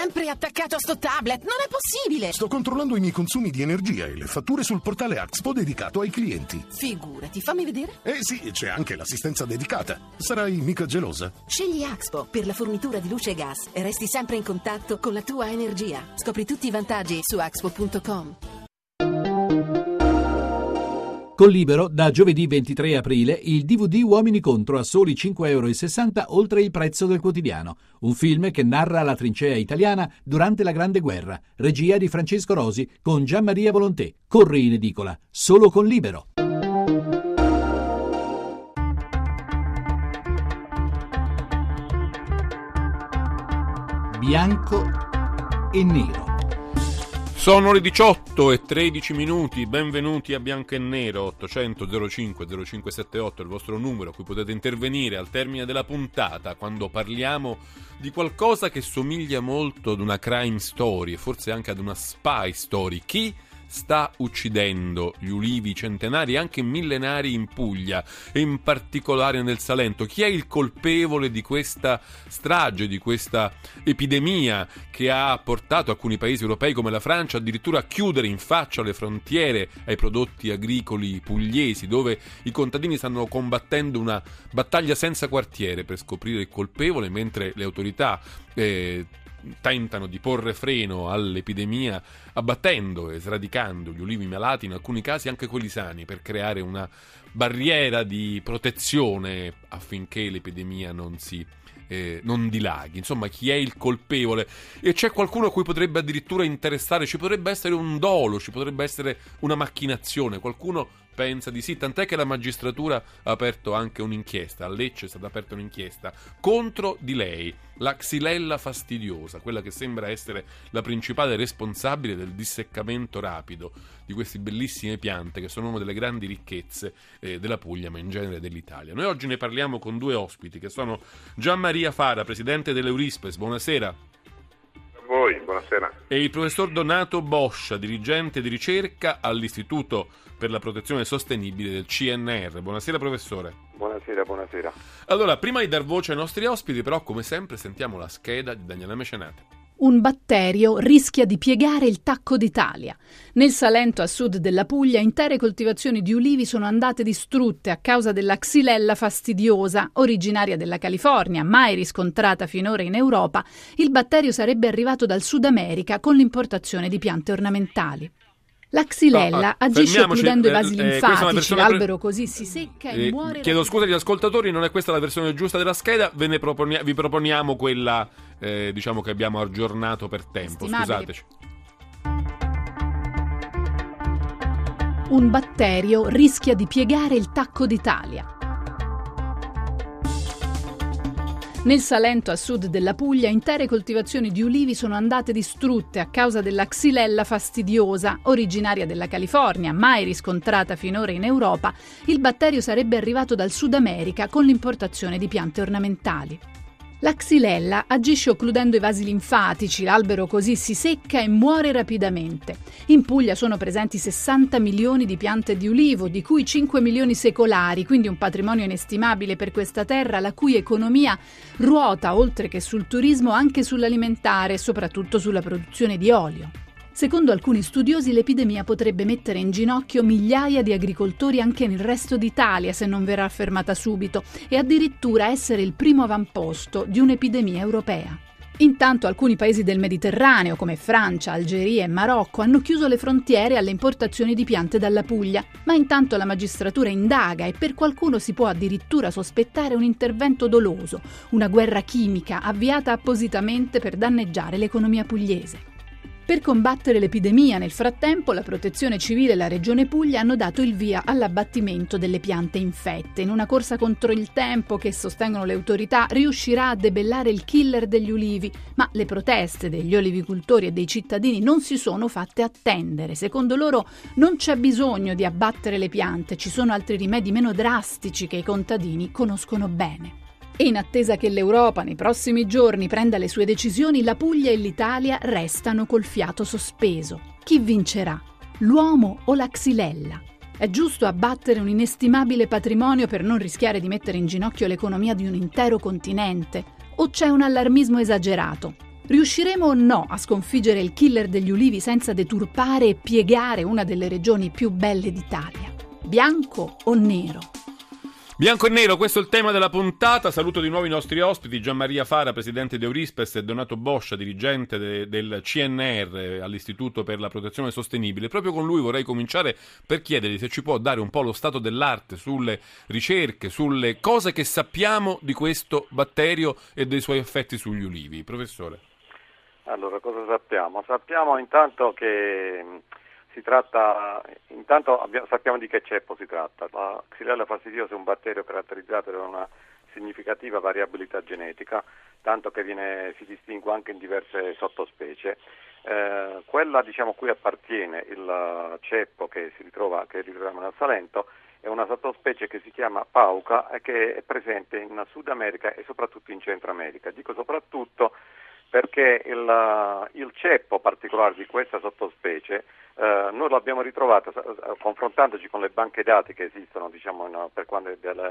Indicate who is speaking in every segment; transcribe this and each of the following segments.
Speaker 1: sempre attaccato a sto tablet, non è possibile!
Speaker 2: Sto controllando i miei consumi di energia e le fatture sul portale Axpo dedicato ai clienti.
Speaker 1: Figurati, fammi vedere.
Speaker 2: Sì, c'è anche l'assistenza dedicata. Sarai mica gelosa?
Speaker 1: Scegli Axpo per la fornitura di luce e gas e resti sempre in contatto con la tua energia. Scopri tutti i vantaggi su axpo.com.
Speaker 3: Con Libero, da giovedì 23 aprile, il DVD Uomini contro a soli 5,60 € oltre il prezzo del quotidiano. Un film che narra la trincea italiana durante la Grande Guerra. Regia di Francesco Rosi con Gianmaria Volonté. Corri in edicola, solo con Libero. Bianco e nero.
Speaker 4: Sono le 18:13, benvenuti a Bianco e Nero. 800 05 0578 è il vostro numero a cui potete intervenire al termine della puntata quando parliamo di qualcosa che somiglia molto ad una crime story e forse anche ad una spy story. Chi sta uccidendo gli ulivi centenari e anche millenari in Puglia e in particolare nel Salento? Chi è il colpevole di questa strage, di questa epidemia che ha portato alcuni paesi europei come la Francia addirittura a chiudere in faccia le frontiere ai prodotti agricoli pugliesi, dove i contadini stanno combattendo una battaglia senza quartiere per scoprire il colpevole, mentre le autorità tentano di porre freno all'epidemia abbattendo e sradicando gli ulivi malati, in alcuni casi anche quelli sani, per creare una barriera di protezione affinché l'epidemia non dilaghi. Insomma, chi è il colpevole? E c'è qualcuno a cui potrebbe addirittura interessare, ci potrebbe essere un dolo, ci potrebbe essere una macchinazione, qualcuno pensa di sì, tant'è che la magistratura ha aperto anche un'inchiesta, a Lecce è stata aperta un'inchiesta contro di lei, la Xylella fastidiosa, quella che sembra essere la principale responsabile del disseccamento rapido di queste bellissime piante che sono una delle grandi ricchezze della Puglia, ma in genere dell'Italia. Noi oggi ne parliamo con due ospiti che sono Gianmaria Fara, presidente dell'Eurispes, buonasera.
Speaker 5: A voi, buonasera.
Speaker 4: E il professor Donato Boscia, dirigente di ricerca all'Istituto per la protezione sostenibile del CNR. Buonasera professore.
Speaker 5: Buonasera.
Speaker 4: Allora, prima di dar voce ai nostri ospiti, però, come sempre, sentiamo la scheda di Daniela Mecenate.
Speaker 6: Un batterio rischia di piegare il tacco d'Italia. Nel Salento, a sud della Puglia, intere coltivazioni di ulivi sono andate distrutte a causa della Xylella fastidiosa, originaria della California, mai riscontrata finora in Europa. Il batterio sarebbe arrivato dal Sud America con l'importazione di piante ornamentali. La Xylella agisce occludendo i vasi linfatici, l'albero così si secca e muore.
Speaker 4: Chiedo scusa agli ascoltatori, non è questa la versione giusta della scheda, vi proponiamo quella diciamo che abbiamo aggiornato per tempo, scusateci.
Speaker 6: Un batterio rischia di piegare il tacco d'Italia. Nel Salento, a sud della Puglia, intere coltivazioni di ulivi sono andate distrutte a causa della Xylella fastidiosa, originaria della California, mai riscontrata finora in Europa. Il batterio sarebbe arrivato dal Sud America con l'importazione di piante ornamentali. La Xylella agisce occludendo i vasi linfatici, l'albero così si secca e muore rapidamente. In Puglia sono presenti 60 milioni di piante di ulivo, di cui 5 milioni secolari, quindi un patrimonio inestimabile per questa terra, la cui economia ruota, oltre che sul turismo, anche sull'alimentare e soprattutto sulla produzione di olio. Secondo alcuni studiosi, l'epidemia potrebbe mettere in ginocchio migliaia di agricoltori anche nel resto d'Italia se non verrà fermata subito e addirittura essere il primo avamposto di un'epidemia europea. Intanto alcuni paesi del Mediterraneo, come Francia, Algeria e Marocco, hanno chiuso le frontiere alle importazioni di piante dalla Puglia, ma intanto la magistratura indaga e per qualcuno si può addirittura sospettare un intervento doloso, una guerra chimica avviata appositamente per danneggiare l'economia pugliese. Per combattere l'epidemia, nel frattempo, la Protezione Civile e la Regione Puglia hanno dato il via all'abbattimento delle piante infette. In una corsa contro il tempo che sostengono le autorità, riuscirà a debellare il killer degli ulivi, ma le proteste degli olivicoltori e dei cittadini non si sono fatte attendere. Secondo loro non c'è bisogno di abbattere le piante, ci sono altri rimedi meno drastici che i contadini conoscono bene. E in attesa che l'Europa nei prossimi giorni prenda le sue decisioni, la Puglia e l'Italia restano col fiato sospeso. Chi vincerà? L'uomo o la Xylella? È giusto abbattere un inestimabile patrimonio per non rischiare di mettere in ginocchio l'economia di un intero continente? O c'è un allarmismo esagerato? Riusciremo o no a sconfiggere il killer degli ulivi senza deturpare e piegare una delle regioni più belle d'Italia? Bianco o nero?
Speaker 4: Bianco e nero, questo è il tema della puntata. Saluto di nuovo i nostri ospiti: Gianmaria Fara, presidente di Eurispes, e Donato Boscia, dirigente del CNR all'Istituto per la Protezione Sostenibile. Proprio con lui vorrei cominciare per chiedergli se ci può dare un po' lo stato dell'arte sulle ricerche, sulle cose che sappiamo di questo batterio e dei suoi effetti sugli ulivi. Professore.
Speaker 5: Allora, cosa sappiamo? Sappiamo intanto che sappiamo di che ceppo si tratta. La Xylella fastidiosa è un batterio caratterizzato da una significativa variabilità genetica, tanto che si distingue anche in diverse sottospecie. Quella cui appartiene il ceppo che ritroviamo nel Salento è una sottospecie che si chiama Pauca e che è presente in Sud America e soprattutto in Centro America. Dico soprattutto perché il ceppo particolare di questa sottospecie noi l'abbiamo ritrovato confrontandoci con le banche dati che esistono per quanto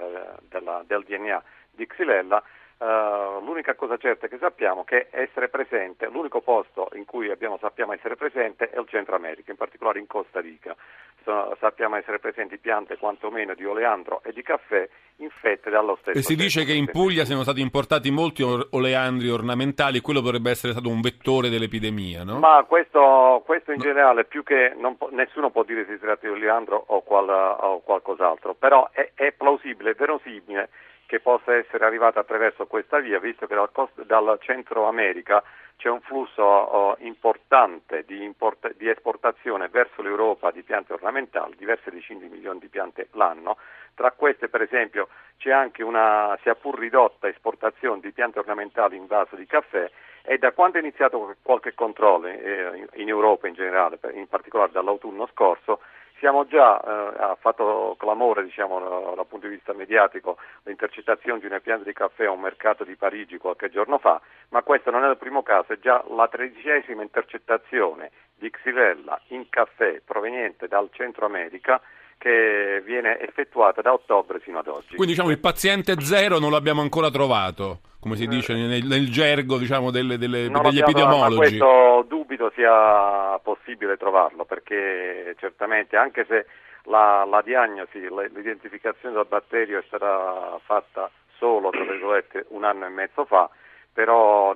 Speaker 5: del DNA di Xylella. L'unica cosa certa che sappiamo che essere presente, l'unico posto in cui sappiamo essere presente è il Centro America, in particolare in Costa Rica. Sappiamo essere presenti piante quantomeno di oleandro e di caffè infette dallo stesso.
Speaker 4: E si dice che in Puglia siano stati importati molti oleandri ornamentali e quello potrebbe essere stato un vettore dell'epidemia, no?
Speaker 5: Ma questo in generale, più che nessuno può dire se si tratta di oleandro o qualcos'altro, però è plausibile, è verosimile che possa essere arrivata attraverso questa via, visto che dal Centro America c'è un flusso importante di esportazione verso l'Europa di piante ornamentali, diverse decine di milioni di piante l'anno. Tra queste, per esempio, c'è anche una, sia pur ridotta, esportazione di piante ornamentali in vaso di caffè, e da quando è iniziato qualche controllo in Europa in generale, in particolare dall'autunno scorso, siamo già ha fatto clamore, dal punto di vista mediatico, l'intercettazione di una pianta di caffè a un mercato di Parigi qualche giorno fa, ma questo non è il primo caso, è già la 13ª intercettazione di Xylella in caffè proveniente dal Centro America che viene effettuata da ottobre fino ad oggi.
Speaker 4: Quindi il paziente zero non l'abbiamo ancora trovato, come si dice nel gergo degli epidemiologi.
Speaker 5: Ma questo dubito sia possibile trovarlo, perché certamente anche se la diagnosi, l'identificazione del batterio è stata fatta solo, tra virgolette, 1 anno e mezzo fa, però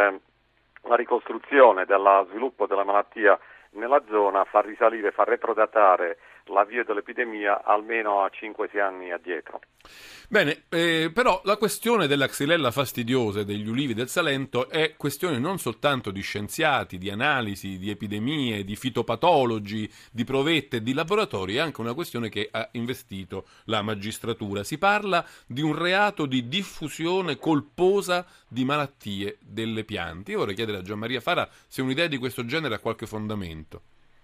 Speaker 5: la ricostruzione dello sviluppo della malattia nella zona fa retrodatare l'avvio dell'epidemia almeno a 5-6 anni addietro.
Speaker 4: Bene, però la questione della Xylella fastidiosa e degli ulivi del Salento è questione non soltanto di scienziati, di analisi, di epidemie, di fitopatologi, di provette, di laboratori, è anche una questione che ha investito la magistratura. Si parla di un reato di diffusione colposa di malattie delle piante. Io vorrei chiedere a Gianmaria Fara se un'idea di questo genere ha qualche fondamento.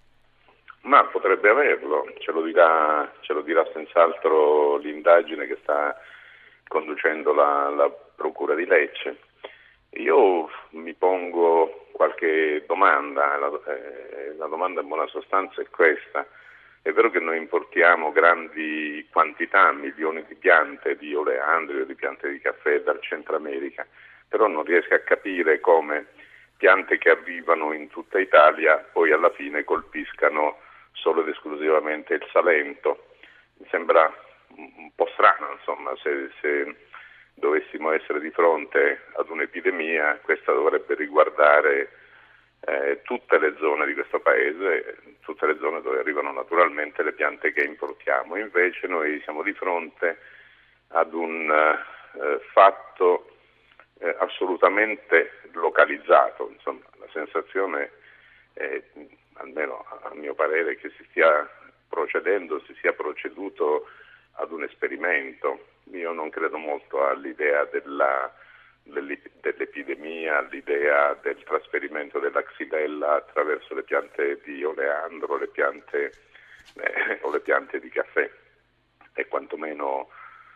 Speaker 7: Ma potrebbe averlo, ce lo dirà senz'altro l'indagine che sta conducendo la Procura di Lecce. Io mi pongo qualche domanda, la domanda in buona sostanza è questa: è vero che noi importiamo grandi quantità, milioni di piante di oleandri o di piante di caffè dal Centro America, però non riesco a capire come piante che arrivano in tutta Italia poi alla fine colpiscano solo ed esclusivamente il Salento. Mi sembra un po' strano, insomma, se dovessimo essere di fronte ad un'epidemia, questa dovrebbe riguardare tutte le zone di questo paese, tutte le zone dove arrivano naturalmente le piante che importiamo. Invece noi siamo di fronte ad un fatto assolutamente localizzato. Insomma, la sensazione è, almeno a mio parere, che si sia proceduto ad un esperimento. Io non credo molto all'idea dell'epidemia, all'idea del trasferimento della Xylella attraverso le piante di oleandro, le piante di caffè. È quantomeno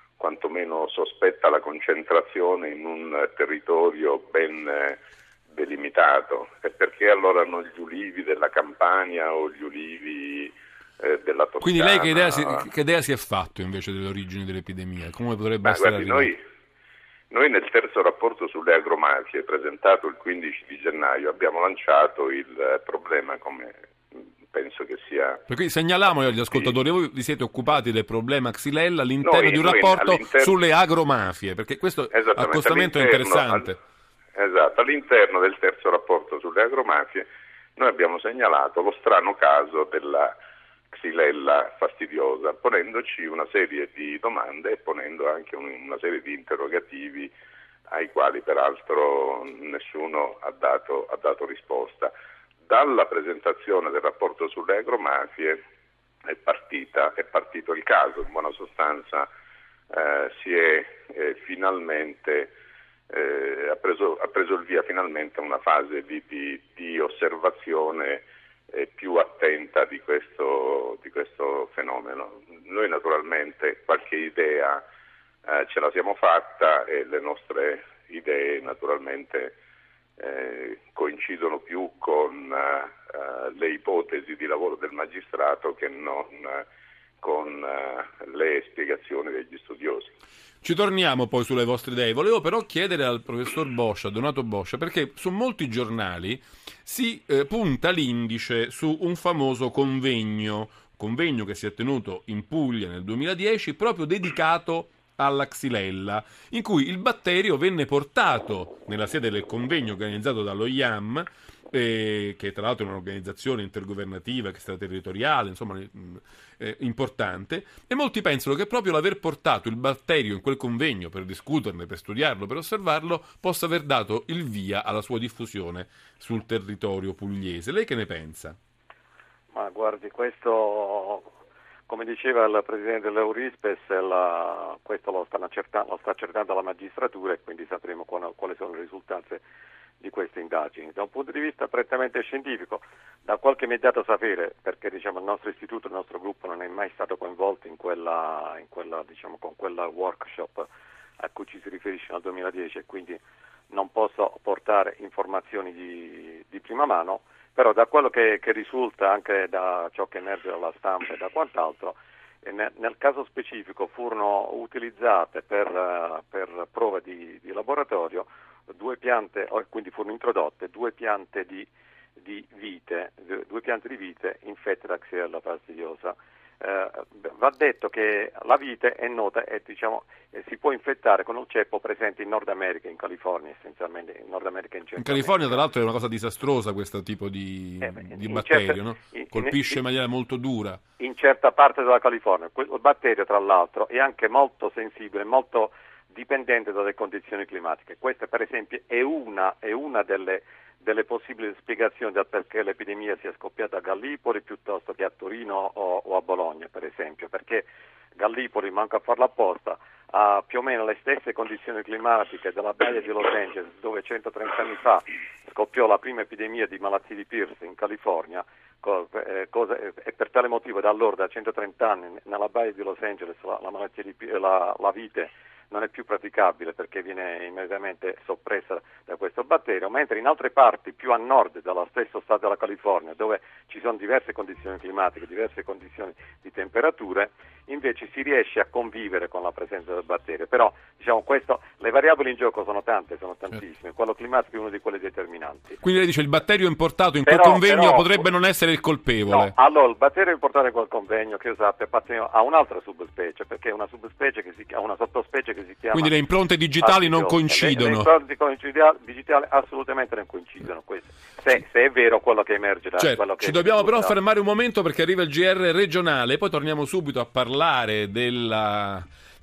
Speaker 7: sospetta la concentrazione in un territorio ben delimitato. E perché allora non gli ulivi della Campania o gli ulivi della Toscana?
Speaker 4: Quindi lei che idea si è fatto invece delle origini dell'epidemia? Come potrebbe essere?
Speaker 7: Guardi, Noi nel terzo rapporto sulle agromafie, presentato il 15 di gennaio, abbiamo lanciato il problema, come penso che sia...
Speaker 4: Perché segnaliamo agli ascoltatori, voi vi siete occupati del problema Xylella all'interno di un rapporto sulle agromafie, perché questo accostamento è interessante.
Speaker 7: Esatto, all'interno del terzo rapporto sulle agromafie noi abbiamo segnalato lo strano caso della Xylella fastidiosa, ponendoci una serie di domande e ponendo anche una serie di interrogativi ai quali peraltro nessuno ha dato risposta. Dalla presentazione del rapporto sulle agromafie è partito il caso, in buona sostanza si è finalmente ha preso il via finalmente una fase di osservazione più attenta di questo fenomeno. Noi naturalmente qualche idea ce la siamo fatta e le nostre idee naturalmente coincidono più con le ipotesi di lavoro del magistrato che non con le spiegazioni degli studiosi.
Speaker 4: Ci torniamo poi sulle vostre idee. Volevo però chiedere al professor Boscia, Donato Boscia, perché su molti giornali si punta l'indice su un famoso convegno che si è tenuto in Puglia nel 2010, proprio dedicato alla Xylella, in cui il batterio venne portato nella sede del convegno organizzato dallo IAM, che tra l'altro è un'organizzazione intergovernativa, extraterritoriale, insomma importante, e molti pensano che proprio l'aver portato il batterio in quel convegno per discuterne, per studiarlo, per osservarlo, possa aver dato il via alla sua diffusione sul territorio pugliese. Lei che ne pensa?
Speaker 5: Ma guardi, questo, come diceva il presidente dell'Eurispes, questo lo sta accertando la magistratura e quindi sapremo quali sono le risultanze di queste indagini. Da un punto di vista prettamente scientifico, da qualche immediato sapere, perché il nostro istituto, il nostro gruppo non è mai stato coinvolto in quella con quella workshop a cui ci si riferisce nel 2010 e quindi non posso portare informazioni di prima mano, però da quello che risulta anche da ciò che emerge dalla stampa e da quant'altro, nel caso specifico furono utilizzate per prove di laboratorio due piante, quindi furono introdotte due piante di vite infette da Xylella fastidiosa. Va detto che la vite è nota e si può infettare con un ceppo presente in Nord America, in California, essenzialmente in Nord America e in Centro America.
Speaker 4: In California, tra l'altro, è una cosa disastrosa questo tipo di batterio, no? Colpisce in maniera molto dura. In
Speaker 5: certa parte della California. Quel batterio, tra l'altro, è anche molto sensibile, molto dipendente dalle condizioni climatiche. Questa, per esempio, è una delle possibili spiegazioni del perché l'epidemia sia scoppiata a Gallipoli piuttosto che a Torino o a Bologna, per esempio, perché Gallipoli, manca a farlo apposta, ha più o meno le stesse condizioni climatiche della baia di Los Angeles, dove 130 anni fa scoppiò la prima epidemia di malattie di Pierce in California, e per tale motivo da allora, da 130 anni, nella baia di Los Angeles la vite non è più praticabile perché viene immediatamente soppressa da questo batterio, mentre in altre parti più a nord dello stesso stato della California, dove ci sono diverse condizioni climatiche, diverse condizioni di temperature, invece si riesce a convivere con la presenza del batterio. Però le variabili in gioco sono tantissime, quello climatico è uno di quelli determinanti.
Speaker 4: Quindi lei dice il batterio importato in quel convegno potrebbe non essere il colpevole.
Speaker 5: No, allora il batterio importato in quel convegno, che io sappia, appartiene a un'altra subspecie, perché è una subspecie che si chiama, una sottospecie che si chiama.
Speaker 4: Quindi le impronte digitali non coincidono.
Speaker 5: Le impronte digitali assolutamente non coincidono, questo. Se è vero quello che emerge da quello che
Speaker 4: ci dobbiamo però fermare un momento perché arriva il GR regionale, poi torniamo subito a parlare del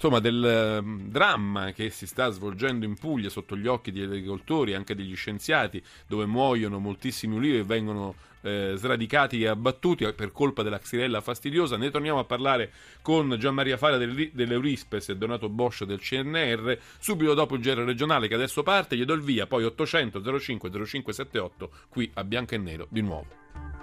Speaker 4: dramma che si sta svolgendo in Puglia sotto gli occhi degli agricoltori e anche degli scienziati, dove muoiono moltissimi ulivi e vengono sradicati e abbattuti per colpa della Xylella fastidiosa. Ne torniamo a parlare con Gianmaria Fara dell'Eurispes e Donato Boscia del CNR subito dopo il GR regionale, che adesso parte. Gli do il via, poi 800 05 0578 qui a Bianco e Nero di nuovo.